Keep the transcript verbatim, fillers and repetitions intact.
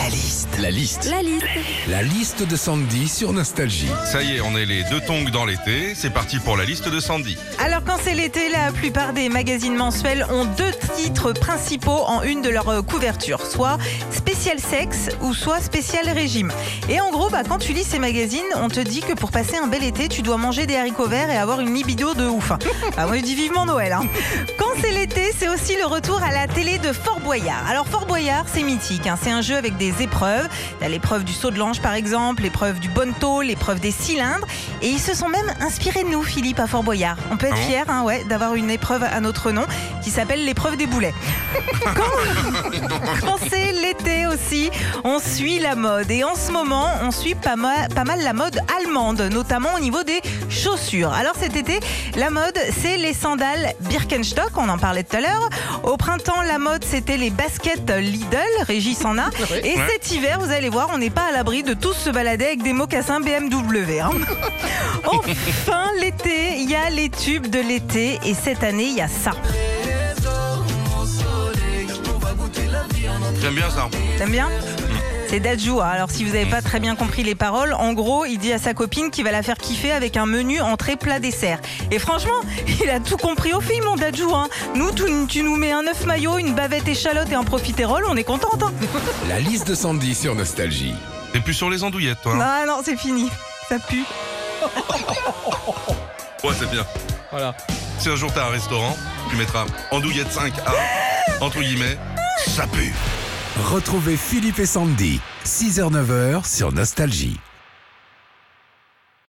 La liste. La liste. La liste. La liste de Sandy sur Nostalgie. Ça y est, on est les deux tongs dans l'été. C'est parti pour la liste de Sandy. Alors quand c'est l'été, la plupart des magazines mensuels ont deux titres principaux en une de leurs couvertures, soit spécial sexe ou soit spécial régime. Et en gros, bah, quand tu lis ces magazines, on te dit que pour passer un bel été, tu dois manger des haricots verts et avoir une libido de ouf. Ah, moi je dis vivement Noël. Hein. Quand c'est l'été, c'est aussi le retour à la télé de Fort Boyard. Alors Fort Boyard, c'est mythique. Hein. C'est un jeu avec des épreuves. Il y a l'épreuve du saut de l'ange par exemple, l'épreuve du bonneteau, l'épreuve des cylindres. Et ils se sont même inspirés de nous, Philippe, à Fort Boyard. On peut être Ah bon fiers hein, ouais, d'avoir une épreuve à notre nom qui s'appelle l'épreuve des boulets. Quand, quand c'est l'été aussi, on suit la mode. Et en ce moment, on suit pas mal, pas mal la mode allemande, notamment au niveau des chaussures. Alors cet été, la mode, c'est les sandales Birkenstock, on en parlait tout à l'heure. Au printemps, la mode, c'était les baskets Lidl, Régis en a. Et Ouais. cet hiver, vous allez voir, on n'est pas à l'abri de tous se balader avec des mocassins B M W. Hein. Enfin, l'été, il y a les tubes de l'été. Et cette année, il y a ça. J'aime bien ça. T'aimes bien ? C'est Dadju. Hein. Alors, si vous n'avez pas très bien compris les paroles, en gros, il dit à sa copine qu'il va la faire kiffer avec un menu entrée plat dessert. Et franchement, il a tout compris au film, mon Dadju. Hein. Nous, tu, tu nous mets un œuf maillot, une bavette échalote et un profiterole, on est contente. Hein. La liste de Sandy sur Nostalgie. T'es plus sur les andouillettes, toi. Hein Ah non, c'est fini. Ça pue. Ouais, c'est bien. Voilà. Si un jour t'as un restaurant, tu mettras andouillette cinq A, entre guillemets, ça pue. Retrouvez Philippe et Sandy, six heures neuf heures sur Nostalgie.